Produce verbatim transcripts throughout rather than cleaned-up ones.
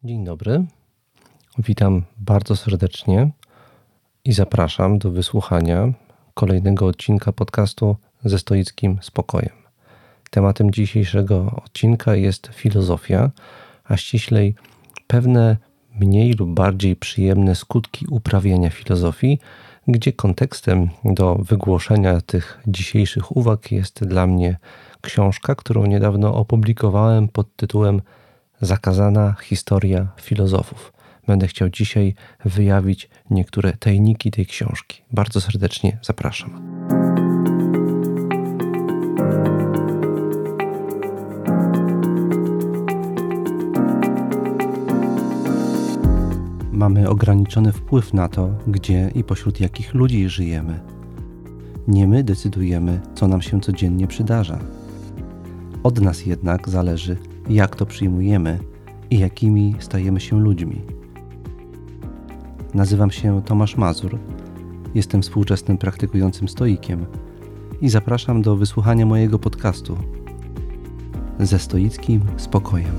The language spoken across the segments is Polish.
Dzień dobry, witam bardzo serdecznie i zapraszam do wysłuchania kolejnego odcinka podcastu ze stoickim spokojem. Tematem dzisiejszego odcinka jest filozofia, a ściślej pewne mniej lub bardziej przyjemne skutki uprawiania filozofii, gdzie kontekstem do wygłoszenia tych dzisiejszych uwag jest dla mnie książka, którą niedawno opublikowałem pod tytułem Zakazana historia filozofów. Będę chciał dzisiaj wyjawić niektóre tajniki tej książki. Bardzo serdecznie zapraszam. Mamy ograniczony wpływ na to, gdzie i pośród jakich ludzi żyjemy. Nie my decydujemy, co nam się codziennie przydarza. Od nas jednak zależy, jak to przyjmujemy i jakimi stajemy się ludźmi. Nazywam się Tomasz Mazur, jestem współczesnym praktykującym stoikiem i zapraszam do wysłuchania mojego podcastu ze stoickim spokojem.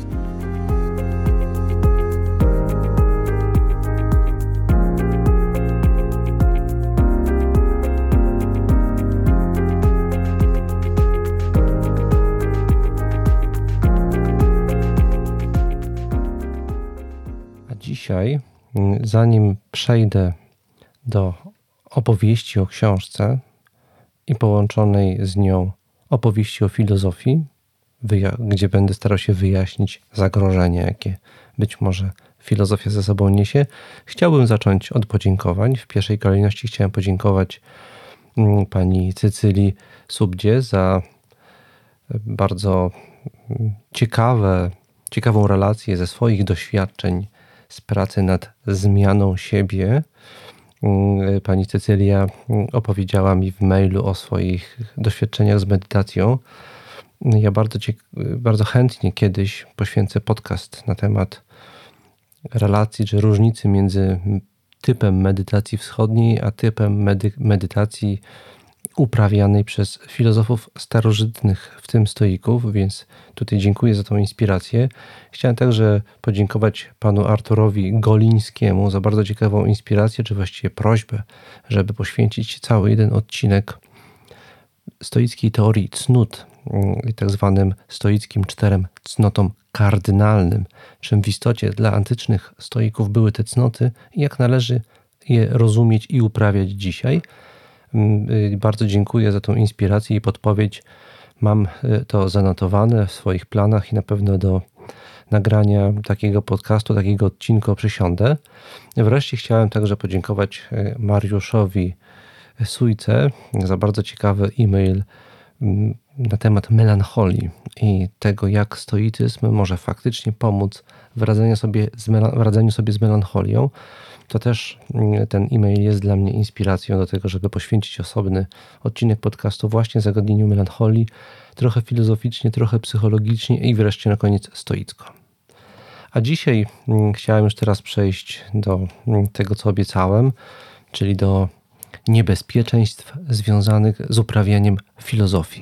Dzisiaj, zanim przejdę do opowieści o książce i połączonej z nią opowieści o filozofii, gdzie będę starał się wyjaśnić zagrożenia, jakie być może filozofia ze sobą niesie, chciałbym zacząć od podziękowań. W pierwszej kolejności chciałem podziękować pani Cecylii Subdzie za bardzo ciekawe, ciekawą relację ze swoich doświadczeń z pracy nad zmianą siebie. Pani Cecylia opowiedziała mi w mailu o swoich doświadczeniach z medytacją. Ja bardzo, bardzo chętnie kiedyś poświęcę podcast na temat relacji czy różnicy między typem medytacji wschodniej a typem medy- medytacji uprawianej przez filozofów starożytnych, w tym stoików, więc tutaj dziękuję za tą inspirację. Chciałem także podziękować panu Arturowi Golińskiemu za bardzo ciekawą inspirację, czy właściwie prośbę, żeby poświęcić cały jeden odcinek stoickiej teorii cnót i tak zwanym stoickim czterem cnotom kardynalnym, czym w istocie dla antycznych stoików były te cnoty i jak należy je rozumieć i uprawiać dzisiaj. Bardzo dziękuję za tą inspirację i podpowiedź. Mam to zanotowane w swoich planach i na pewno do nagrania takiego podcastu, takiego odcinka przysiądę. Wreszcie chciałem także podziękować Mariuszowi Sujce za bardzo ciekawy e-mail na temat melancholii i tego, jak stoicyzm może faktycznie pomóc w radzeniu sobie z, mel- w radzeniu sobie z melancholią. To też ten e-mail jest dla mnie inspiracją do tego, żeby poświęcić osobny odcinek podcastu właśnie zagadnieniu melancholii, trochę filozoficznie, trochę psychologicznie i wreszcie na koniec stoicko. A dzisiaj chciałem już teraz przejść do tego, co obiecałem, czyli do niebezpieczeństw związanych z uprawianiem filozofii.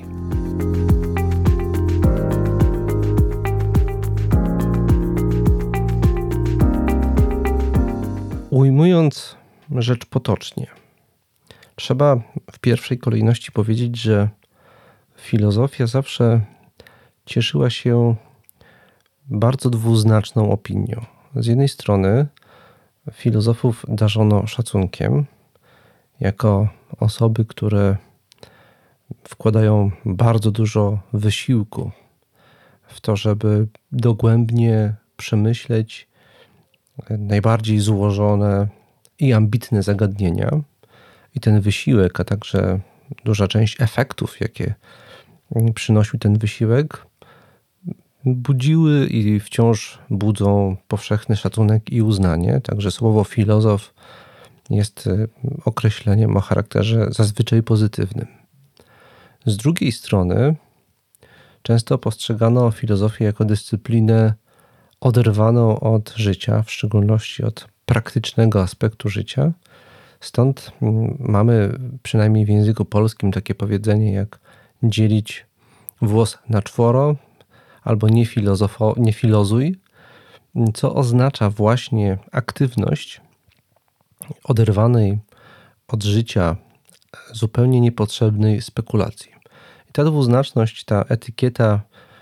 Ujmując rzecz potocznie, trzeba w pierwszej kolejności powiedzieć, że filozofia zawsze cieszyła się bardzo dwuznaczną opinią. Z jednej strony filozofów darzono szacunkiem jako osoby, które wkładają bardzo dużo wysiłku w to, żeby dogłębnie przemyśleć najbardziej złożone i ambitne zagadnienia i ten wysiłek, a także duża część efektów, jakie przynosił ten wysiłek, budziły i wciąż budzą powszechny szacunek i uznanie. Także słowo filozof jest określeniem o charakterze zazwyczaj pozytywnym. Z drugiej strony często postrzegano filozofię jako dyscyplinę oderwaną od życia, w szczególności od praktycznego aspektu życia. Stąd mamy przynajmniej w języku polskim takie powiedzenie jak dzielić włos na czworo albo nie, filozofo, nie filozuj. co oznacza właśnie aktywność oderwanej od życia zupełnie niepotrzebnej spekulacji. I ta dwuznaczność, ta etykieta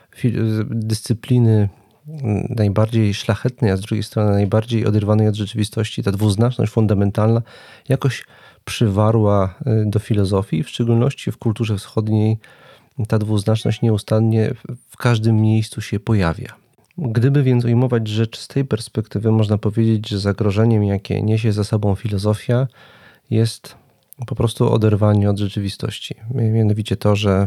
dyscypliny najbardziej szlachetnej, a z drugiej strony najbardziej oderwanej od rzeczywistości, ta dwuznaczność fundamentalna jakoś przywarła do filozofii, w szczególności w kulturze wschodniej ta dwuznaczność nieustannie w każdym miejscu się pojawia. Gdyby więc ujmować rzecz z tej perspektywy, można powiedzieć, że zagrożeniem, jakie niesie za sobą filozofia, jest po prostu oderwanie od rzeczywistości. Mianowicie to, że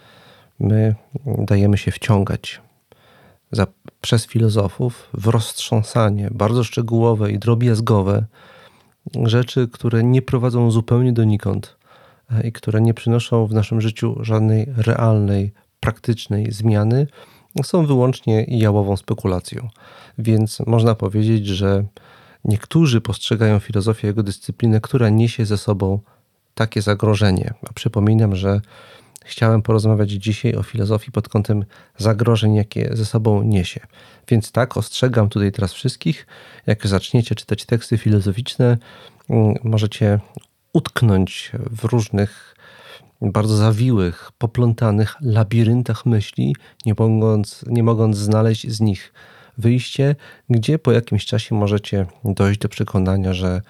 my dajemy się wciągać za, przez filozofów w roztrząsanie bardzo szczegółowe i drobiazgowe rzeczy, które nie prowadzą zupełnie donikąd i które nie przynoszą w naszym życiu żadnej realnej, praktycznej zmiany, są wyłącznie jałową spekulacją. Więc można powiedzieć, że niektórzy postrzegają filozofię jako dyscyplinę, która niesie ze sobą takie zagrożenie. A przypominam, że chciałem porozmawiać dzisiaj o filozofii pod kątem zagrożeń, jakie ze sobą niesie. Więc tak, ostrzegam tutaj teraz wszystkich, jak zaczniecie czytać teksty filozoficzne, możecie utknąć w różnych bardzo zawiłych, poplątanych labiryntach myśli, nie mogąc, nie mogąc znaleźć z nich wyjście, gdzie po jakimś czasie możecie dojść do przekonania, że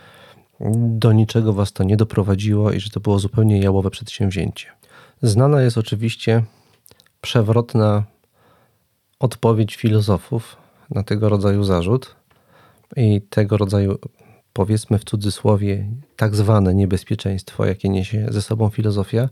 do niczego was to nie doprowadziło i że to było zupełnie jałowe przedsięwzięcie. Znana jest oczywiście przewrotna odpowiedź filozofów na tego rodzaju zarzut i tego rodzaju, powiedzmy w cudzysłowie, tak zwane niebezpieczeństwo, jakie niesie ze sobą filozofia.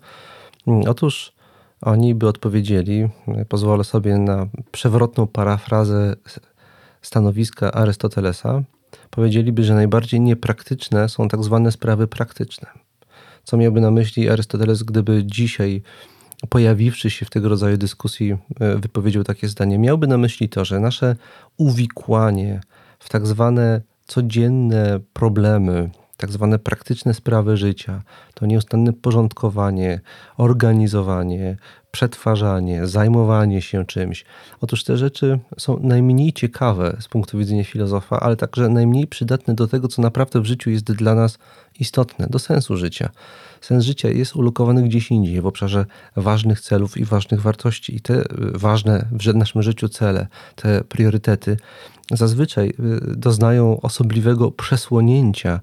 Otóż oni by odpowiedzieli, pozwolę sobie na przewrotną parafrazę stanowiska Arystotelesa, powiedzieliby, że najbardziej niepraktyczne są tak zwane sprawy praktyczne. Co miałby na myśli Arystoteles, gdyby dzisiaj, pojawiwszy się w tego rodzaju dyskusji, wypowiedział takie zdanie? Miałby na myśli to, że nasze uwikłanie w tak zwane codzienne problemy, tak zwane praktyczne sprawy życia, to nieustanne porządkowanie, organizowanie, przetwarzanie, zajmowanie się czymś. Otóż te rzeczy są najmniej ciekawe z punktu widzenia filozofa, ale także najmniej przydatne do tego, co naprawdę w życiu jest dla nas istotne, do sensu życia. Sens życia jest ulokowany gdzieś indziej, w obszarze ważnych celów i ważnych wartości. I te ważne w naszym życiu cele, te priorytety zazwyczaj doznają osobliwego przesłonięcia,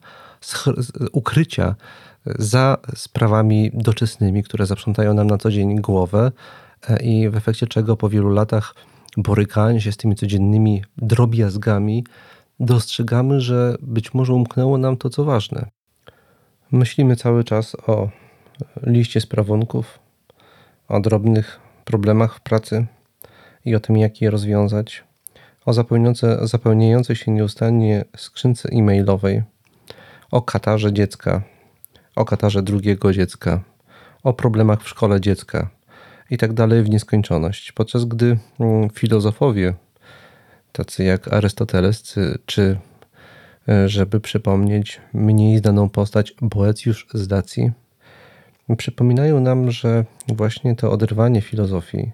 ukrycia za sprawami doczesnymi, które zaprzątają nam na co dzień głowę i w efekcie czego po wielu latach borykania się z tymi codziennymi drobiazgami dostrzegamy, że być może umknęło nam to, co ważne. Myślimy cały czas o liście sprawunków, o drobnych problemach w pracy i o tym, jak je rozwiązać, o zapełniającej się nieustannie skrzynce e-mailowej, o katarze dziecka, o katarze drugiego dziecka, o problemach w szkole dziecka i tak dalej w nieskończoność. Podczas gdy filozofowie, tacy jak Arystoteles, czy żeby przypomnieć mniej znaną postać Boecjusz z Dacji, przypominają nam, że właśnie to oderwanie filozofii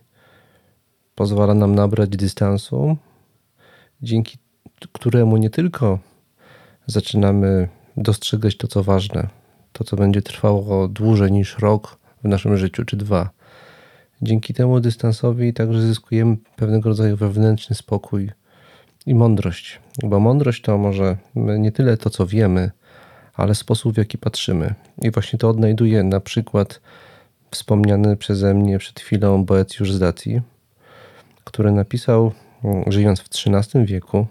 pozwala nam nabrać dystansu, dzięki któremu nie tylko zaczynamy dostrzegać to, co ważne, to, co będzie trwało dłużej niż rok w naszym życiu, czy dwa. Dzięki temu dystansowi także zyskujemy pewnego rodzaju wewnętrzny spokój i mądrość. Bo mądrość to może nie tyle to, co wiemy, ale sposób, w jaki patrzymy. I właśnie to odnajduje na przykład wspomniany przeze mnie przed chwilą Boecjusz z Dacji, który napisał, żyjąc w trzynastym wieku,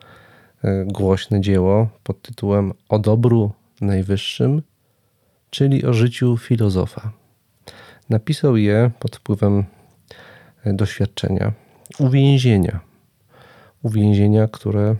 głośne dzieło pod tytułem O dobru najwyższym, czyli o życiu filozofa. Napisał je pod wpływem doświadczenia uwięzienia. Uwięzienia, które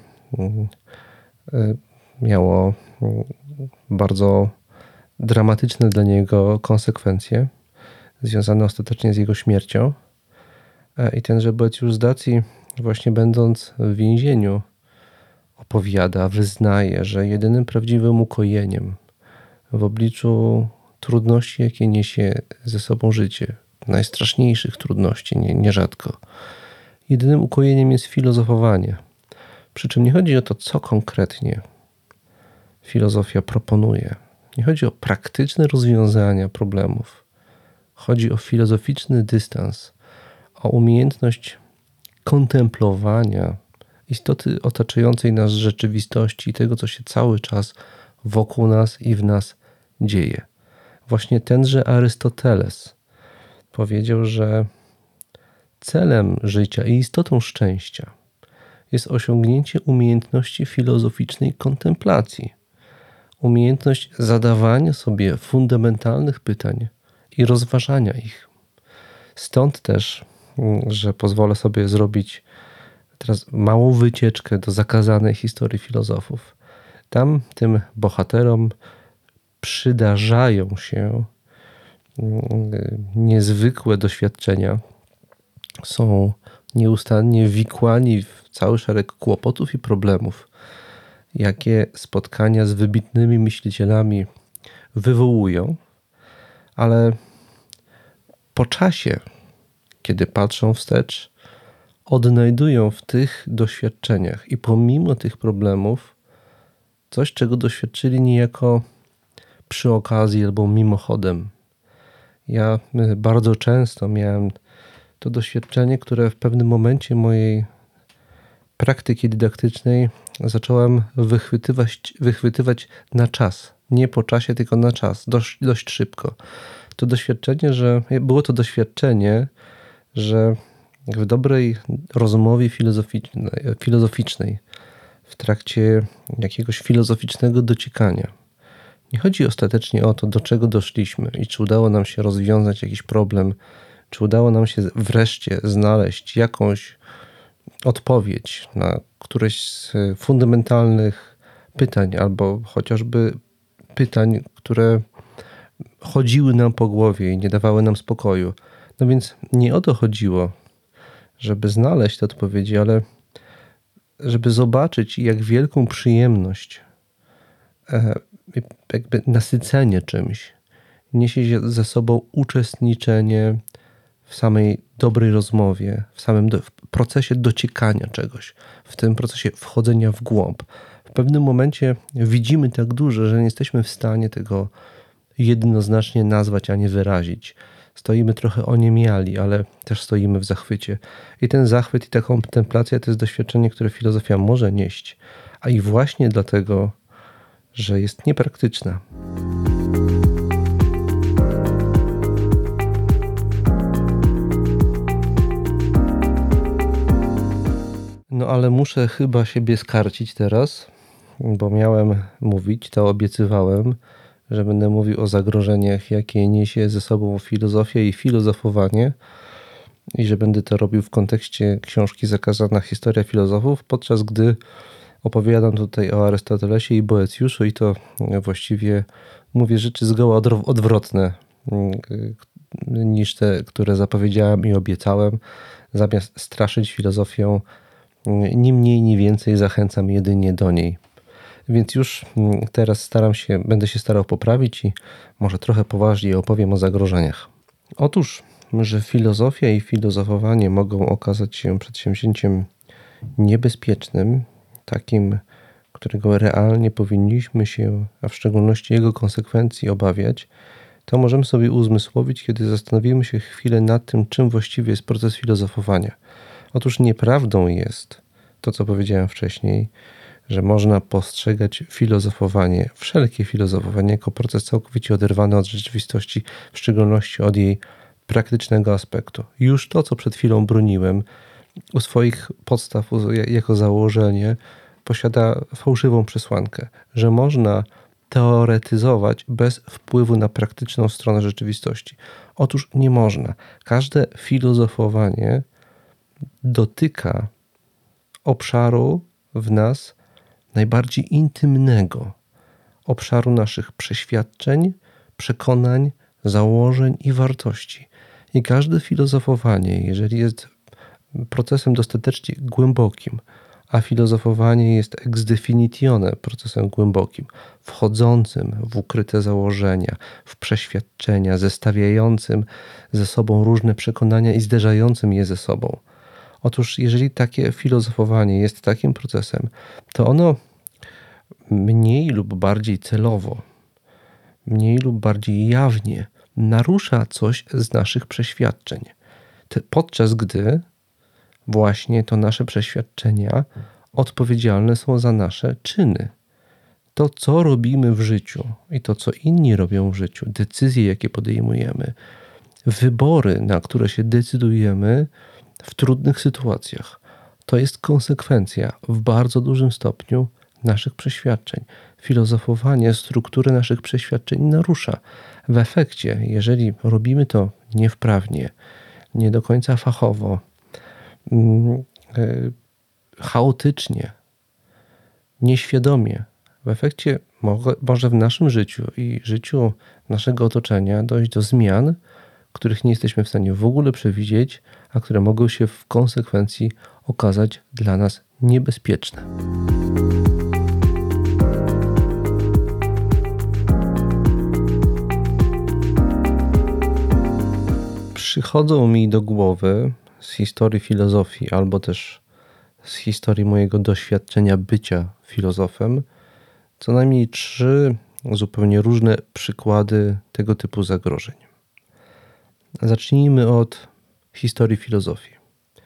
miało bardzo dramatyczne dla niego konsekwencje, związane ostatecznie z jego śmiercią. I tenże Boecjusz z Dacji, właśnie będąc w więzieniu, opowiada, wyznaje, że jedynym prawdziwym ukojeniem w obliczu trudności, jakie niesie ze sobą życie, najstraszniejszych trudności, nie, nierzadko, jedynym ukojeniem jest filozofowanie. Przy czym nie chodzi o to, co konkretnie filozofia proponuje. Nie chodzi o praktyczne rozwiązania problemów. Chodzi o filozoficzny dystans, o umiejętność kontemplowania istoty otaczającej nas rzeczywistości i tego, co się cały czas wokół nas i w nas dzieje. Właśnie tenże Arystoteles powiedział, że celem życia i istotą szczęścia jest osiągnięcie umiejętności filozoficznej kontemplacji. Umiejętność zadawania sobie fundamentalnych pytań i rozważania ich. Stąd też, że pozwolę sobie zrobić teraz małą wycieczkę do zakazanej historii filozofów. Tam tym bohaterom przydarzają się niezwykłe doświadczenia. Są nieustannie wikłani w cały szereg kłopotów i problemów, jakie spotkania z wybitnymi myślicielami wywołują, ale po czasie, kiedy patrzą wstecz, odnajdują w tych doświadczeniach i pomimo tych problemów coś, czego doświadczyli niejako przy okazji albo mimochodem. Ja bardzo często miałem to doświadczenie, które w pewnym momencie mojej praktyki dydaktycznej zacząłem wychwytywać, wychwytywać na czas. Nie po czasie, tylko na czas. Dość, dość szybko. To doświadczenie, że było to doświadczenie, że w dobrej rozmowie filozoficznej, filozoficznej w trakcie jakiegoś filozoficznego dociekania nie chodzi ostatecznie o to, do czego doszliśmy i czy udało nam się rozwiązać jakiś problem, czy udało nam się wreszcie znaleźć jakąś odpowiedź na któreś z fundamentalnych pytań, albo chociażby pytań, które chodziły nam po głowie i nie dawały nam spokoju. No więc nie o to chodziło, żeby znaleźć te odpowiedzi, ale żeby zobaczyć, jak wielką przyjemność, jakby nasycenie czymś niesie ze sobą uczestniczenie w samej dobrej rozmowie, w samym do, w procesie dociekania czegoś, w tym procesie wchodzenia w głąb. W pewnym momencie widzimy tak dużo, że nie jesteśmy w stanie tego jednoznacznie nazwać, a nie wyrazić. Stoimy trochę oniemiali, ale też stoimy w zachwycie. I ten zachwyt i ta kontemplacja to jest doświadczenie, które filozofia może nieść. A i właśnie dlatego, że jest niepraktyczna. No ale muszę chyba siebie skarcić teraz, bo miałem mówić, to obiecywałem, że będę mówił o zagrożeniach, jakie niesie ze sobą filozofia i filozofowanie i że będę to robił w kontekście książki Zakazana historia filozofów, podczas gdy opowiadam tutaj o Arystotelesie i Boecjuszu i to właściwie mówię rzeczy zgoła odwrotne niż te, które zapowiedziałem i obiecałem. Zamiast straszyć filozofią, ni mniej, ni więcej zachęcam jedynie do niej. Więc już teraz staram się, będę się starał poprawić i może trochę poważniej opowiem o zagrożeniach. Otóż, że filozofia i filozofowanie mogą okazać się przedsięwzięciem niebezpiecznym, takim, którego realnie powinniśmy się, a w szczególności jego konsekwencji obawiać, to możemy sobie uzmysłowić, kiedy zastanowimy się chwilę nad tym, czym właściwie jest proces filozofowania. Otóż nieprawdą jest to, co powiedziałem wcześniej, że można postrzegać filozofowanie, wszelkie filozofowanie, jako proces całkowicie oderwany od rzeczywistości, w szczególności od jej praktycznego aspektu. Już to, co przed chwilą broniłem, u swoich podstaw jako założenie posiada fałszywą przesłankę, że można teoretyzować bez wpływu na praktyczną stronę rzeczywistości. Otóż nie można. Każde filozofowanie dotyka obszaru w nas najbardziej intymnego, obszaru naszych przeświadczeń, przekonań, założeń i wartości. I każde filozofowanie, jeżeli jest procesem dostatecznie głębokim, a filozofowanie jest ex definitione procesem głębokim, wchodzącym w ukryte założenia, w przeświadczenia, zestawiającym ze sobą różne przekonania i zderzającym je ze sobą. Otóż jeżeli takie filozofowanie jest takim procesem, to ono mniej lub bardziej celowo, mniej lub bardziej jawnie narusza coś z naszych przeświadczeń. Podczas gdy właśnie to nasze przeświadczenia odpowiedzialne są za nasze czyny. To, co robimy w życiu i to, co inni robią w życiu, decyzje, jakie podejmujemy, wybory, na które się decydujemy w trudnych sytuacjach, to jest konsekwencja w bardzo dużym stopniu naszych przeświadczeń. Filozofowanie struktury naszych przeświadczeń narusza. W efekcie, jeżeli robimy to niewprawnie, nie do końca fachowo, chaotycznie, nieświadomie, w efekcie może w naszym życiu i życiu naszego otoczenia dojść do zmian, których nie jesteśmy w stanie w ogóle przewidzieć, a które mogą się w konsekwencji okazać dla nas niebezpieczne. Przychodzą mi do głowy z historii filozofii albo też z historii mojego doświadczenia bycia filozofem co najmniej trzy zupełnie różne przykłady tego typu zagrożeń. Zacznijmy od historii filozofii.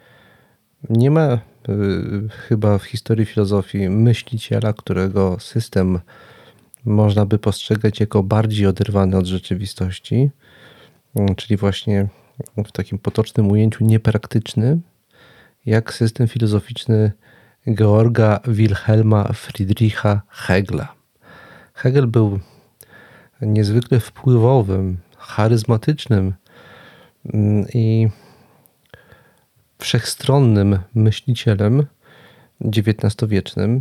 Nie ma y, chyba w historii filozofii myśliciela, którego system można by postrzegać jako bardziej oderwany od rzeczywistości, czyli właśnie w takim potocznym ujęciu niepraktyczny, jak system filozoficzny Georga Wilhelma Friedricha Hegela. Hegel był niezwykle wpływowym, charyzmatycznym i wszechstronnym myślicielem dziewiętnastowiecznym.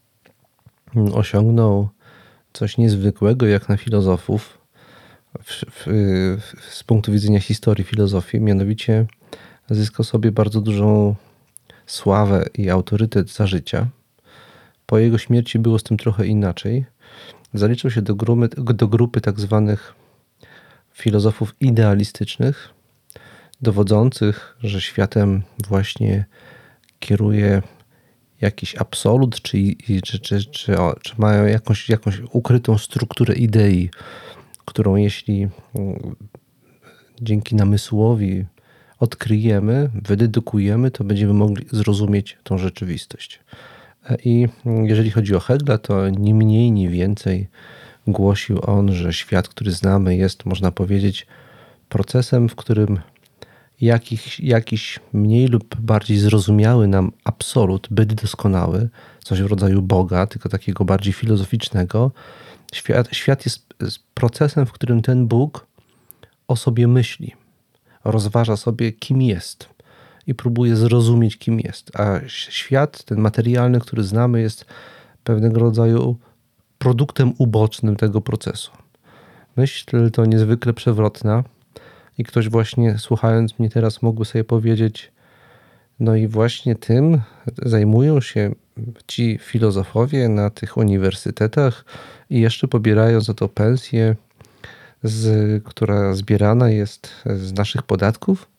Osiągnął coś niezwykłego jak na filozofów w, w, w, z punktu widzenia historii filozofii, mianowicie zyskał sobie bardzo dużą sławę i autorytet za życia. Po jego śmierci było z tym trochę inaczej. Zaliczył się do grupy, do grupy tak zwanych filozofów idealistycznych, dowodzących, że światem właśnie kieruje jakiś absolut, czy, czy, czy, czy, czy mają jakąś, jakąś ukrytą strukturę idei, którą jeśli dzięki namysłowi odkryjemy, wydedukujemy, to będziemy mogli zrozumieć tą rzeczywistość. I jeżeli chodzi o Hegela, to ni mniej, ni więcej głosił on, że świat, który znamy, jest, można powiedzieć, procesem, w którym jakiś, jakiś mniej lub bardziej zrozumiały nam absolut, byt doskonały, coś w rodzaju Boga, tylko takiego bardziej filozoficznego, świat, świat jest procesem, w którym ten Bóg o sobie myśli, rozważa sobie, kim jest i próbuje zrozumieć, kim jest. A świat, ten materialny, który znamy, jest pewnego rodzaju produktem ubocznym tego procesu. Myśl to niezwykle przewrotna i ktoś właśnie, słuchając mnie teraz, mógłby sobie powiedzieć, no i właśnie tym zajmują się ci filozofowie na tych uniwersytetach i jeszcze pobierają za to pensję, z, która zbierana jest z naszych podatków.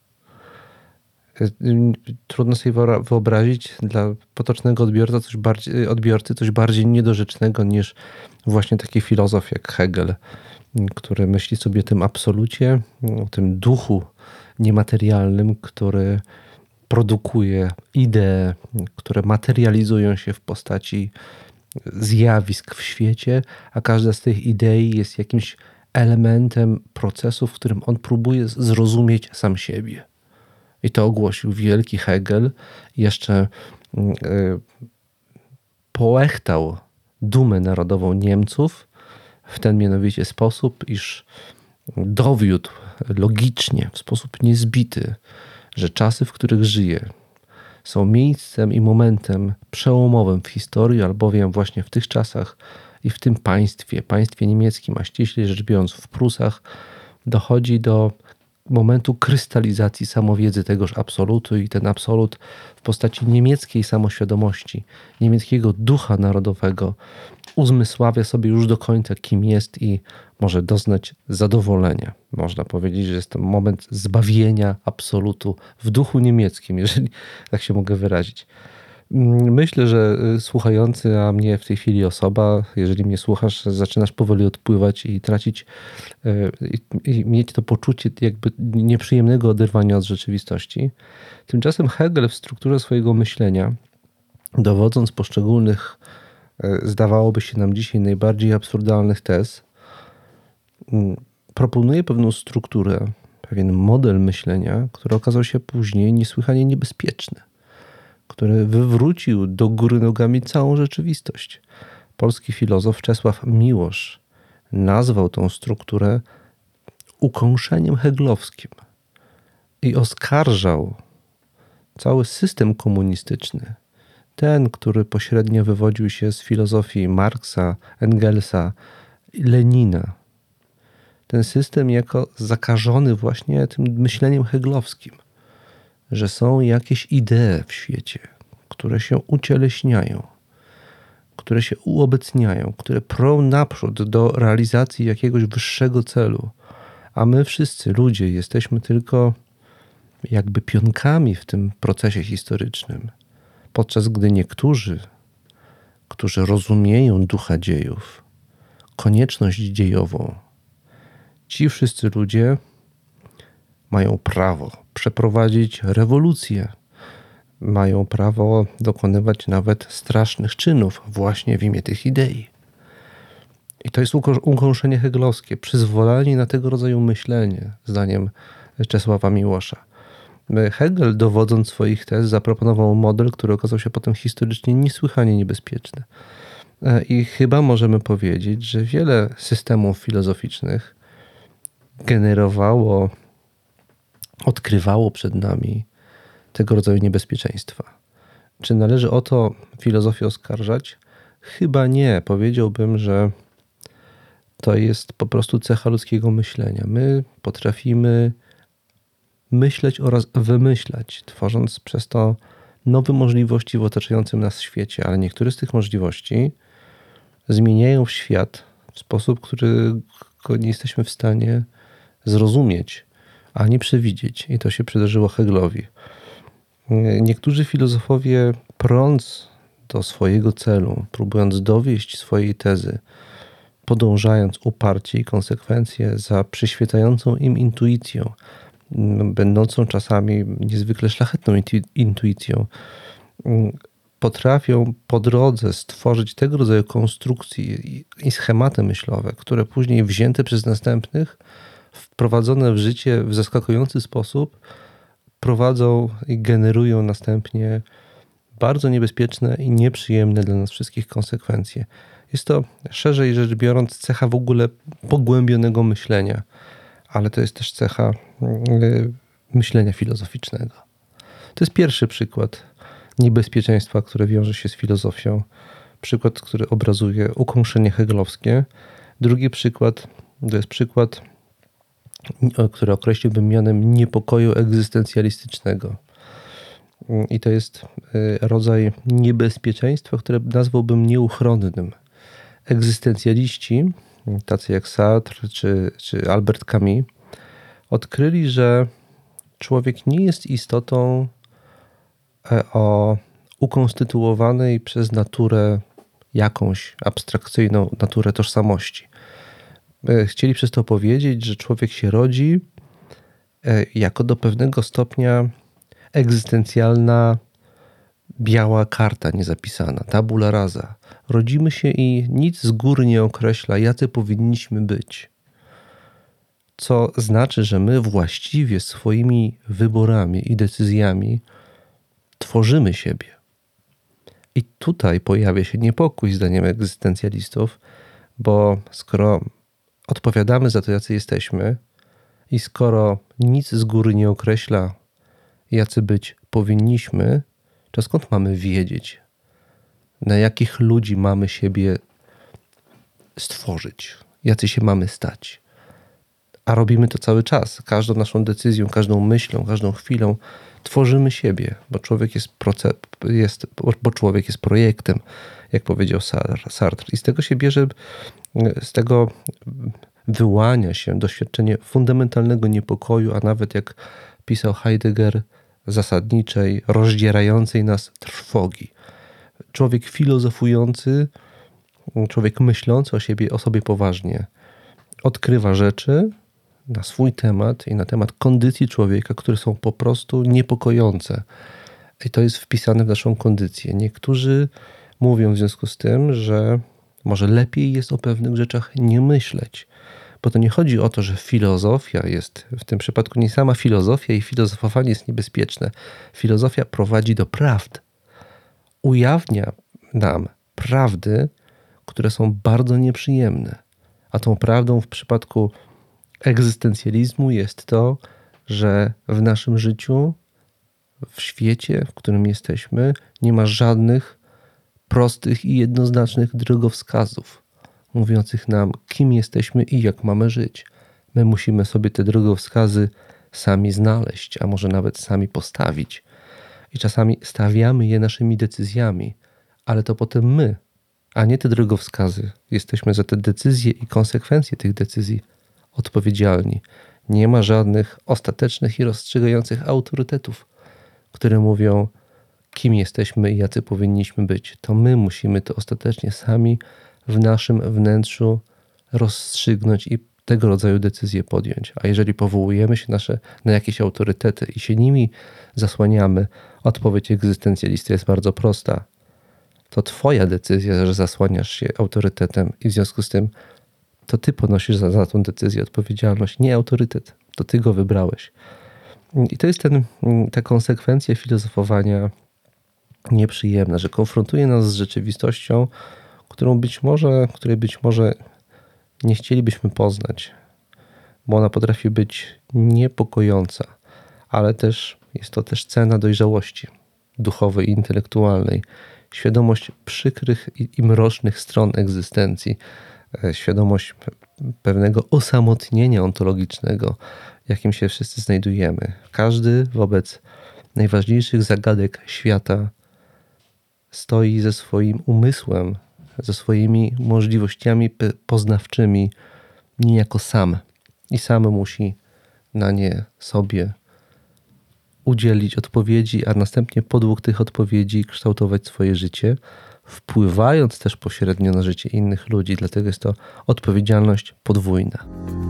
Trudno sobie wyobrazić dla potocznego odbiorcy coś bardziej, odbiorcy coś bardziej niedorzecznego niż właśnie taki filozof jak Hegel, który myśli sobie o tym absolucie, o tym duchu niematerialnym, który produkuje idee, które materializują się w postaci zjawisk w świecie, a każda z tych idei jest jakimś elementem procesu, w którym on próbuje zrozumieć sam siebie. I to ogłosił wielki Hegel. Jeszcze yy, połechtał dumę narodową Niemców w ten mianowicie sposób, iż dowiódł logicznie, w sposób niezbity, że czasy, w których żyje, są miejscem i momentem przełomowym w historii, albowiem właśnie w tych czasach i w tym państwie, państwie niemieckim, a ściślej rzecz biorąc w Prusach, dochodzi do momentu krystalizacji samowiedzy tegoż absolutu i ten absolut w postaci niemieckiej samoświadomości, niemieckiego ducha narodowego uzmysławia sobie już do końca, kim jest i może doznać zadowolenia. Można powiedzieć, że jest to moment zbawienia absolutu w duchu niemieckim, jeżeli tak się mogę wyrazić. Myślę, że słuchający, a mnie w tej chwili osoba, jeżeli mnie słuchasz, zaczynasz powoli odpływać i tracić i, i mieć to poczucie jakby nieprzyjemnego oderwania od rzeczywistości. Tymczasem Hegel w strukturze swojego myślenia, dowodząc poszczególnych, zdawałoby się nam dzisiaj najbardziej absurdalnych tez, proponuje pewną strukturę, pewien model myślenia, który okazał się później niesłychanie niebezpieczny, który wywrócił do góry nogami całą rzeczywistość. Polski filozof Czesław Miłosz nazwał tą strukturę ukąszeniem heglowskim i oskarżał cały system komunistyczny, ten, który pośrednio wywodził się z filozofii Marksa, Engelsa, Lenina. Ten system jako zakażony właśnie tym myśleniem heglowskim, że są jakieś idee w świecie, które się ucieleśniają, które się uobecniają, które prą naprzód do realizacji jakiegoś wyższego celu, a my wszyscy ludzie jesteśmy tylko jakby pionkami w tym procesie historycznym, podczas gdy niektórzy, którzy rozumieją ducha dziejów, konieczność dziejową, ci wszyscy ludzie mają prawo przeprowadzić rewolucję, mają prawo dokonywać nawet strasznych czynów właśnie w imię tych idei. I to jest ukąszenie heglowskie, przyzwolenie na tego rodzaju myślenie, zdaniem Czesława Miłosza. Hegel, dowodząc swoich tez, zaproponował model, który okazał się potem historycznie niesłychanie niebezpieczny. I chyba możemy powiedzieć, że wiele systemów filozoficznych generowało, odkrywało przed nami tego rodzaju niebezpieczeństwa. Czy należy o to filozofię oskarżać? Chyba nie. Powiedziałbym, że to jest po prostu cecha ludzkiego myślenia. My potrafimy myśleć oraz wymyślać, tworząc przez to nowe możliwości w otaczającym nas świecie, ale niektóre z tych możliwości zmieniają świat w sposób, którego nie jesteśmy w stanie zrozumieć, ani przewidzieć. I to się przydarzyło Heglowi. Niektórzy filozofowie, prąc do swojego celu, próbując dowieść swojej tezy, podążając uparcie i konsekwencje za przyświecającą im intuicją, będącą czasami niezwykle szlachetną intuicją, potrafią po drodze stworzyć tego rodzaju konstrukcje i schematy myślowe, które później wzięte przez następnych, wprowadzone w życie w zaskakujący sposób, prowadzą i generują następnie bardzo niebezpieczne i nieprzyjemne dla nas wszystkich konsekwencje. Jest to, szerzej rzecz biorąc, cecha w ogóle pogłębionego myślenia, ale to jest też cecha myślenia filozoficznego. To jest pierwszy przykład niebezpieczeństwa, które wiąże się z filozofią. Przykład, który obrazuje ukąszenie heglowskie. Drugi przykład to jest przykład, który określiłbym mianem niepokoju egzystencjalistycznego. I to jest rodzaj niebezpieczeństwa, które nazwałbym nieuchronnym. Egzystencjaliści, tacy jak Sartre czy, czy Albert Camus, odkryli, że człowiek nie jest istotą o ukonstytuowanej przez naturę jakąś abstrakcyjną naturę tożsamości. Chcieli przez to powiedzieć, że człowiek się rodzi jako do pewnego stopnia egzystencjalna biała karta niezapisana, tabula rasa. Rodzimy się i nic z góry nie określa, jacy powinniśmy być. Co znaczy, że my właściwie swoimi wyborami i decyzjami tworzymy siebie. I tutaj pojawia się niepokój, zdaniem egzystencjalistów, bo skoro odpowiadamy za to, jacy jesteśmy i skoro nic z góry nie określa, jacy być powinniśmy, to skąd mamy wiedzieć, na jakich ludzi mamy siebie stworzyć, jacy się mamy stać. A robimy to cały czas. Każdą naszą decyzją, każdą myślą, każdą chwilą tworzymy siebie, bo człowiek jest, proces, jest, bo człowiek jest projektem, jak powiedział Sartre. I z tego się bierze, z tego wyłania się doświadczenie fundamentalnego niepokoju, a nawet, jak pisał Heidegger, zasadniczej, rozdzierającej nas trwogi. Człowiek filozofujący, człowiek myślący o siebie, o sobie poważnie, odkrywa rzeczy na swój temat i na temat kondycji człowieka, które są po prostu niepokojące. I to jest wpisane w naszą kondycję. Niektórzy mówią w związku z tym, że może lepiej jest o pewnych rzeczach nie myśleć. Bo to nie chodzi o to, że filozofia jest, w tym przypadku nie sama filozofia i filozofowanie jest niebezpieczne. Filozofia prowadzi do prawd. Ujawnia nam prawdy, które są bardzo nieprzyjemne. A tą prawdą w przypadku egzystencjalizmu jest to, że w naszym życiu, w świecie, w którym jesteśmy, nie ma żadnych prostych i jednoznacznych drogowskazów mówiących nam, kim jesteśmy i jak mamy żyć. My musimy sobie te drogowskazy sami znaleźć, a może nawet sami postawić. I czasami stawiamy je naszymi decyzjami, ale to potem my, a nie te drogowskazy, jesteśmy za te decyzje i konsekwencje tych decyzji odpowiedzialni. Nie ma żadnych ostatecznych i rozstrzygających autorytetów, które mówią, kim jesteśmy i jacy powinniśmy być. To my musimy to ostatecznie sami w naszym wnętrzu rozstrzygnąć i tego rodzaju decyzje podjąć. A jeżeli powołujemy się nasze, na jakieś autorytety i się nimi zasłaniamy, odpowiedź egzystencjalisty jest bardzo prosta. To twoja decyzja, że zasłaniasz się autorytetem i w związku z tym to ty ponosisz za, za tą decyzję odpowiedzialność, nie autorytet. To ty go wybrałeś. I to jest ten, ta konsekwencja filozofowania nieprzyjemna, że konfrontuje nas z rzeczywistością, którą być może, której być może nie chcielibyśmy poznać, bo ona potrafi być niepokojąca, ale też jest to też cena dojrzałości duchowej i intelektualnej, świadomość przykrych i, i mrocznych stron egzystencji, świadomość pewnego osamotnienia ontologicznego, jakim się wszyscy znajdujemy. Każdy wobec najważniejszych zagadek świata stoi ze swoim umysłem, ze swoimi możliwościami poznawczymi niejako sam i sam musi na nie sobie udzielić odpowiedzi, a następnie podług tych odpowiedzi kształtować swoje życie, wpływając też pośrednio na życie innych ludzi. Dlatego jest to odpowiedzialność podwójna.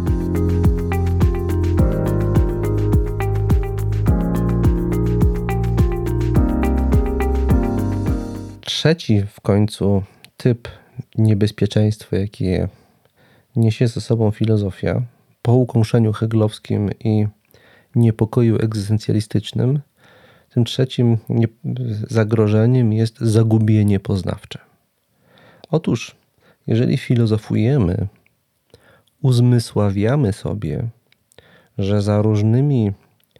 Trzeci w końcu typ niebezpieczeństwa, jakie niesie ze sobą filozofia, po ukąszeniu hegelowskim i niepokoju egzystencjalistycznym, tym trzecim zagrożeniem jest zagubienie poznawcze. Otóż, jeżeli filozofujemy, uzmysławiamy sobie, że za różnymi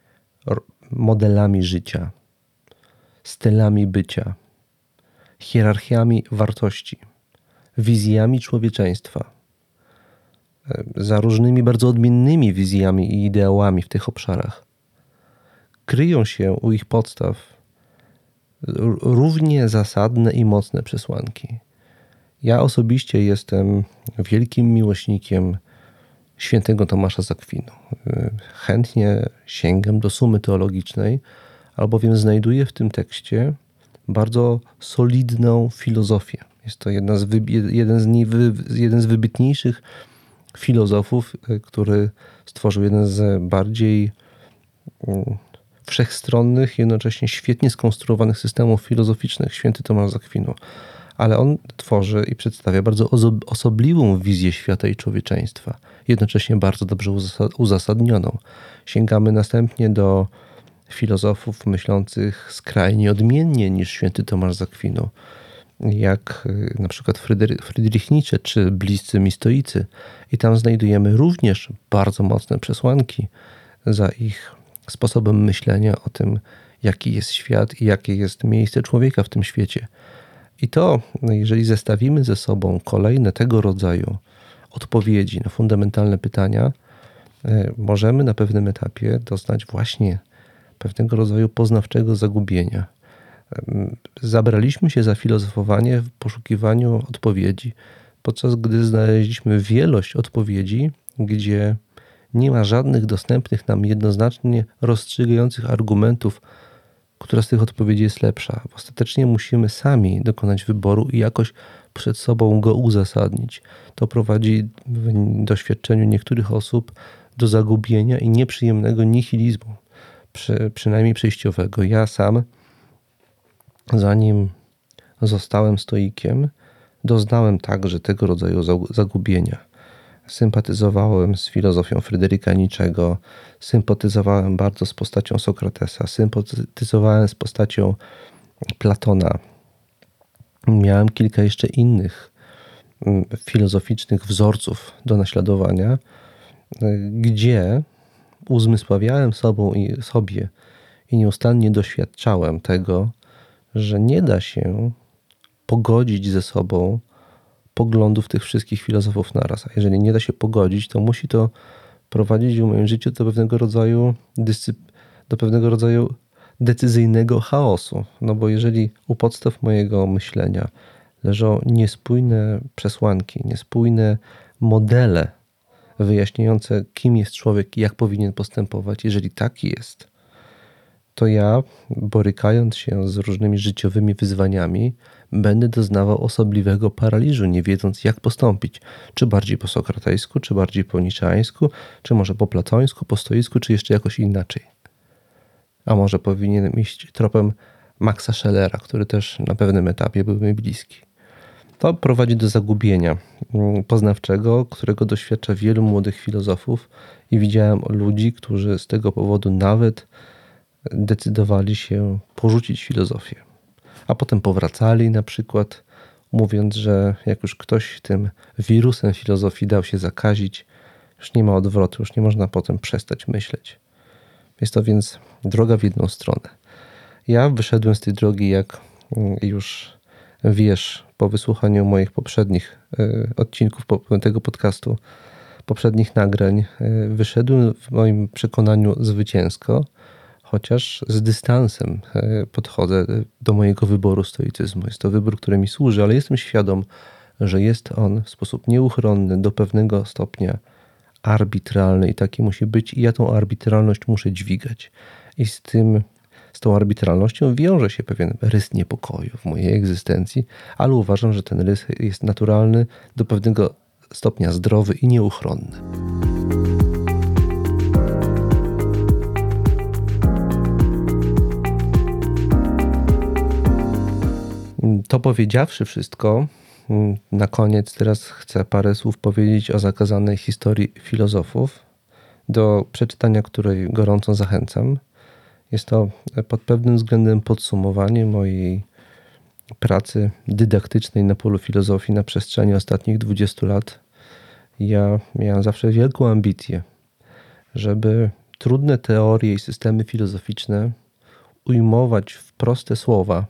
modelami życia, stylami bycia, hierarchiami wartości, wizjami człowieczeństwa, za różnymi bardzo odmiennymi wizjami i ideałami w tych obszarach, kryją się u ich podstaw równie zasadne i mocne przesłanki. Ja osobiście jestem wielkim miłośnikiem świętego Tomasza z Akwinu. Chętnie sięgam do Sumy Teologicznej, albowiem znajduję w tym tekście bardzo solidną filozofię. Jest to jedna z wybi- jeden, z nie- jeden z wybitniejszych filozofów, który stworzył jeden z bardziej wszechstronnych, jednocześnie świetnie skonstruowanych systemów filozoficznych, święty Tomasz z Akwinu. Ale on tworzy i przedstawia bardzo osobliwą wizję świata i człowieczeństwa, jednocześnie bardzo dobrze uzasadnioną. Sięgamy następnie do filozofów myślących skrajnie odmiennie niż święty Tomasz z Akwinu, jak na przykład Friedrich Nietzsche czy bliscy mi stoicy. I tam znajdujemy również bardzo mocne przesłanki za ich sposobem myślenia o tym, jaki jest świat i jakie jest miejsce człowieka w tym świecie. I to, jeżeli zestawimy ze sobą kolejne tego rodzaju odpowiedzi na fundamentalne pytania, możemy na pewnym etapie doznać właśnie pewnego rodzaju poznawczego zagubienia. Zabraliśmy się za filozofowanie w poszukiwaniu odpowiedzi, podczas gdy znaleźliśmy wielość odpowiedzi gdzie nie ma żadnych dostępnych nam jednoznacznie rozstrzygających argumentów, która z tych odpowiedzi jest lepsza. Ostatecznie musimy sami dokonać wyboru i jakoś przed sobą go uzasadnić. To prowadzi w doświadczeniu niektórych osób do zagubienia i nieprzyjemnego nihilizmu, przy, przynajmniej przejściowego. Ja sam, zanim zostałem stoikiem, doznałem także tego rodzaju zagubienia. Sympatyzowałem z filozofią Fryderyka Nietzschego, sympatyzowałem bardzo z postacią Sokratesa, sympatyzowałem z postacią Platona. Miałem kilka jeszcze innych filozoficznych wzorców do naśladowania, gdzie uzmysławiałem sobą i sobie i nieustannie doświadczałem tego, że nie da się pogodzić ze sobą poglądów tych wszystkich filozofów naraz. A jeżeli nie da się pogodzić, to musi to prowadzić w moim życiu do pewnego rodzaju dyscyp- do pewnego rodzaju decyzyjnego chaosu. No bo jeżeli u podstaw mojego myślenia leżą niespójne przesłanki, niespójne modele wyjaśniające, kim jest człowiek i jak powinien postępować, jeżeli taki jest, to ja, borykając się z różnymi życiowymi wyzwaniami, będę doznawał osobliwego paraliżu, nie wiedząc, jak postąpić. Czy bardziej po sokratejsku, czy bardziej po niczeańsku, czy może po platońsku, po stoicku, czy jeszcze jakoś inaczej. A może powinienem iść tropem Maxa Schellera, który też na pewnym etapie był mi bliski. To prowadzi do zagubienia poznawczego, którego doświadcza wielu młodych filozofów i widziałem ludzi, którzy z tego powodu nawet decydowali się porzucić filozofię. A potem powracali na przykład, mówiąc, że jak już ktoś tym wirusem filozofii dał się zakazić, już nie ma odwrotu, już nie można potem przestać myśleć. Jest to więc droga w jedną stronę. Ja wyszedłem z tej drogi, jak już wiesz, po wysłuchaniu moich poprzednich odcinków tego podcastu, poprzednich nagrań, wyszedłem w moim przekonaniu zwycięsko, chociaż z dystansem podchodzę do mojego wyboru stoicyzmu. Jest to wybór, który mi służy, ale jestem świadom, że jest on w sposób nieuchronny do pewnego stopnia arbitralny i taki musi być i ja tą arbitralność muszę dźwigać. I z tym, z tą arbitralnością wiąże się pewien rys niepokoju w mojej egzystencji, ale uważam, że ten rys jest naturalny, do pewnego stopnia zdrowy i nieuchronny. To powiedziawszy wszystko, na koniec teraz chcę parę słów powiedzieć o zakazanej historii filozofów, do przeczytania której gorąco zachęcam. Jest to pod pewnym względem podsumowanie mojej pracy dydaktycznej na polu filozofii na przestrzeni ostatnich dwudziestu lat. Ja miałem zawsze wielką ambicję, żeby trudne teorie i systemy filozoficzne ujmować w proste słowa,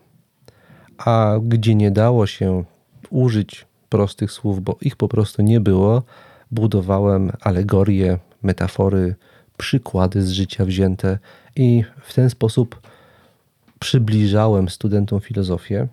a gdzie nie dało się użyć prostych słów, bo ich po prostu nie było, budowałem alegorie, metafory, przykłady z życia wzięte i w ten sposób przybliżałem studentom filozofię.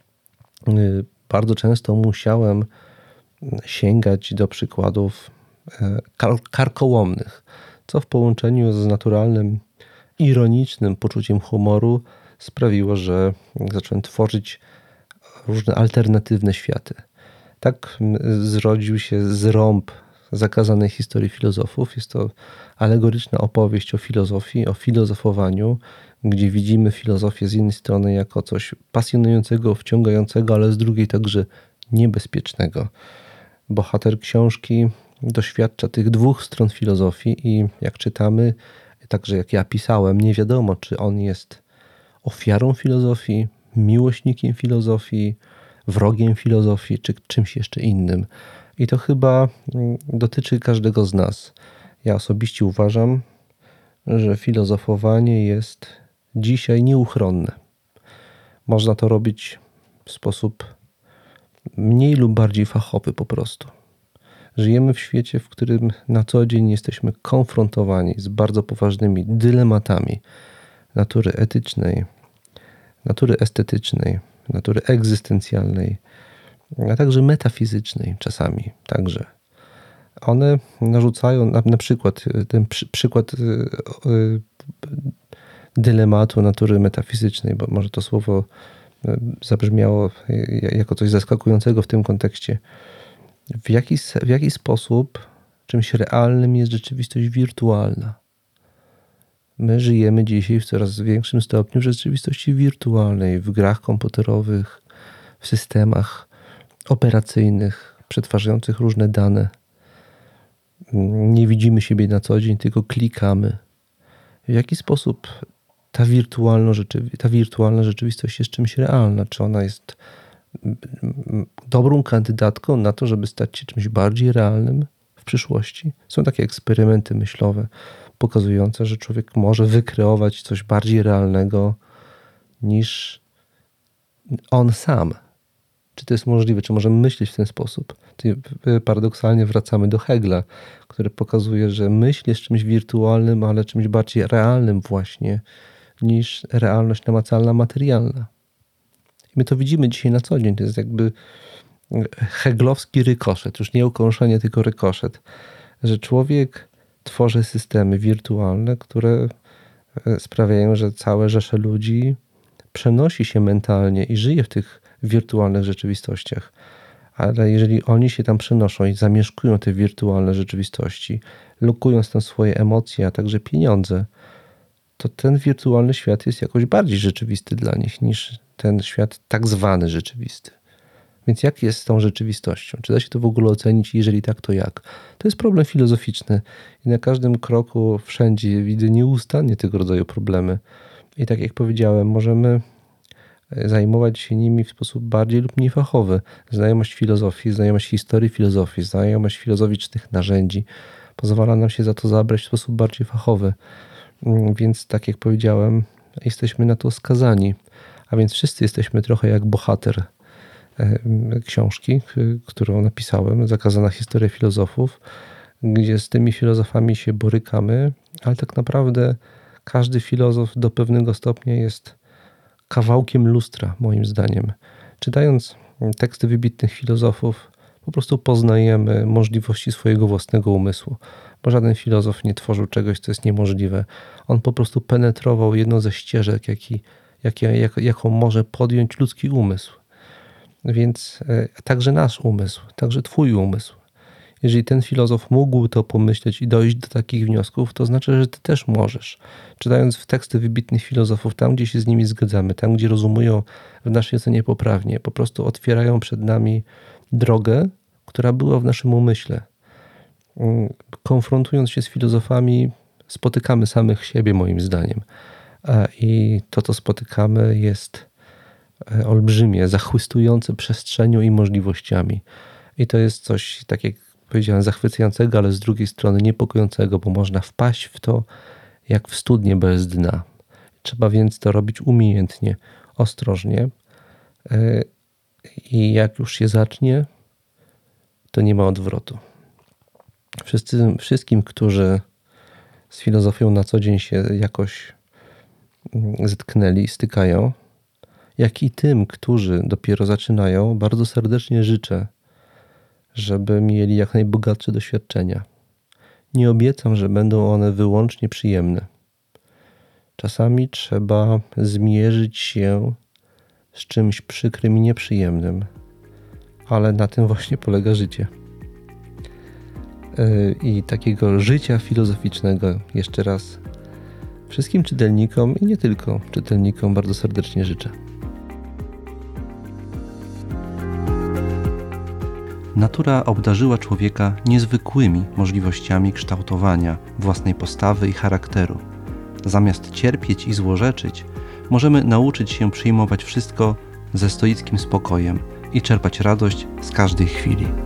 Bardzo często musiałem sięgać do przykładów karkołomnych, co w połączeniu z naturalnym, ironicznym poczuciem humoru sprawiło, że zacząłem tworzyć różne alternatywne światy. Tak zrodził się zrąb zakazanej historii filozofów. Jest to alegoryczna opowieść o filozofii, o filozofowaniu, gdzie widzimy filozofię z jednej strony jako coś pasjonującego, wciągającego, ale z drugiej także niebezpiecznego. Bohater książki doświadcza tych dwóch stron filozofii i jak czytamy, także jak ja pisałem, nie wiadomo, czy on jest ofiarą filozofii, miłośnikiem filozofii, wrogiem filozofii, czy czymś jeszcze innym. I to chyba dotyczy każdego z nas. Ja osobiście uważam, że filozofowanie jest dzisiaj nieuchronne. Można to robić w sposób mniej lub bardziej fachowy po prostu. Żyjemy w świecie, w którym na co dzień jesteśmy konfrontowani z bardzo poważnymi dylematami natury etycznej, natury estetycznej, natury egzystencjalnej, a także metafizycznej czasami także. one narzucają na, na przykład ten przy, przykład y, y, dylematu natury metafizycznej, bo może to słowo zabrzmiało jako coś zaskakującego w tym kontekście. W jaki, w jaki sposób czymś realnym jest rzeczywistość wirtualna? My żyjemy dzisiaj w coraz większym stopniu w rzeczywistości wirtualnej, w grach komputerowych, w systemach operacyjnych, przetwarzających różne dane. Nie widzimy siebie na co dzień, tylko klikamy. W jaki sposób ta, rzeczywi- ta wirtualna rzeczywistość jest czymś realna? Czy ona jest dobrą kandydatką na to, żeby stać się czymś bardziej realnym w przyszłości? Są takie eksperymenty myślowe pokazujące, że człowiek może wykreować coś bardziej realnego niż on sam. Czy to jest możliwe? Czy możemy myśleć w ten sposób? Paradoksalnie wracamy do Hegla, który pokazuje, że myśl jest czymś wirtualnym, ale czymś bardziej realnym właśnie niż realność namacalna, materialna. I my to widzimy dzisiaj na co dzień. To jest jakby heglowski rykoszet, już nie ukąszenie, tylko rykoszet, że człowiek tworzy systemy wirtualne, które sprawiają, że całe rzesze ludzi przenosi się mentalnie i żyje w tych wirtualnych rzeczywistościach. Ale jeżeli oni się tam przenoszą i zamieszkują te wirtualne rzeczywistości, lokując tam swoje emocje, a także pieniądze, to ten wirtualny świat jest jakoś bardziej rzeczywisty dla nich niż ten świat tak zwany rzeczywisty. Więc jak jest z tą rzeczywistością? Czy da się to w ogóle ocenić? Jeżeli tak, to jak? To jest problem filozoficzny i na każdym kroku, wszędzie widzę nieustannie tego rodzaju problemy. I tak jak powiedziałem, możemy zajmować się nimi w sposób bardziej lub mniej fachowy. Znajomość filozofii, znajomość historii filozofii, znajomość filozoficznych narzędzi pozwala nam się za to zabrać w sposób bardziej fachowy. Więc tak jak powiedziałem, jesteśmy na to skazani. A więc wszyscy jesteśmy trochę jak bohater książki, którą napisałem, Zakazana historia filozofów, gdzie z tymi filozofami się borykamy, ale tak naprawdę każdy filozof do pewnego stopnia jest kawałkiem lustra, moim zdaniem. Czytając teksty wybitnych filozofów, po prostu poznajemy możliwości swojego własnego umysłu, bo żaden filozof nie tworzył czegoś, co jest niemożliwe. On po prostu penetrował jedną ze ścieżek, jaki, jak, jak, jaką może podjąć ludzki umysł. Więc e, także nasz umysł, także twój umysł. Jeżeli ten filozof mógł to pomyśleć i dojść do takich wniosków, to znaczy, że ty też możesz. Czytając w teksty wybitnych filozofów, tam gdzie się z nimi zgadzamy, tam gdzie rozumują w naszej ocenie poprawnie, po prostu otwierają przed nami drogę, która była w naszym umyśle. Konfrontując się z filozofami, spotykamy samych siebie, moim zdaniem. I to, co spotykamy, jest olbrzymie, zachłystujące przestrzenią i możliwościami. I to jest coś, tak jak powiedziałem, zachwycającego, ale z drugiej strony niepokojącego, bo można wpaść w to jak w studnię bez dna. Trzeba więc to robić umiejętnie, ostrożnie i jak już się zacznie, to nie ma odwrotu. Wszyscy, wszystkim, którzy z filozofią na co dzień się jakoś zetknęli, stykają, jak i tym, którzy dopiero zaczynają, bardzo serdecznie życzę, żeby mieli jak najbogatsze doświadczenia. Nie obiecam, że będą one wyłącznie przyjemne. Czasami trzeba zmierzyć się z czymś przykrym i nieprzyjemnym, ale na tym właśnie polega życie. I takiego życia filozoficznego jeszcze raz wszystkim czytelnikom i nie tylko czytelnikom bardzo serdecznie życzę. Natura obdarzyła człowieka niezwykłymi możliwościami kształtowania własnej postawy i charakteru. Zamiast cierpieć i złorzeczyć, możemy nauczyć się przyjmować wszystko ze stoickim spokojem i czerpać radość z każdej chwili.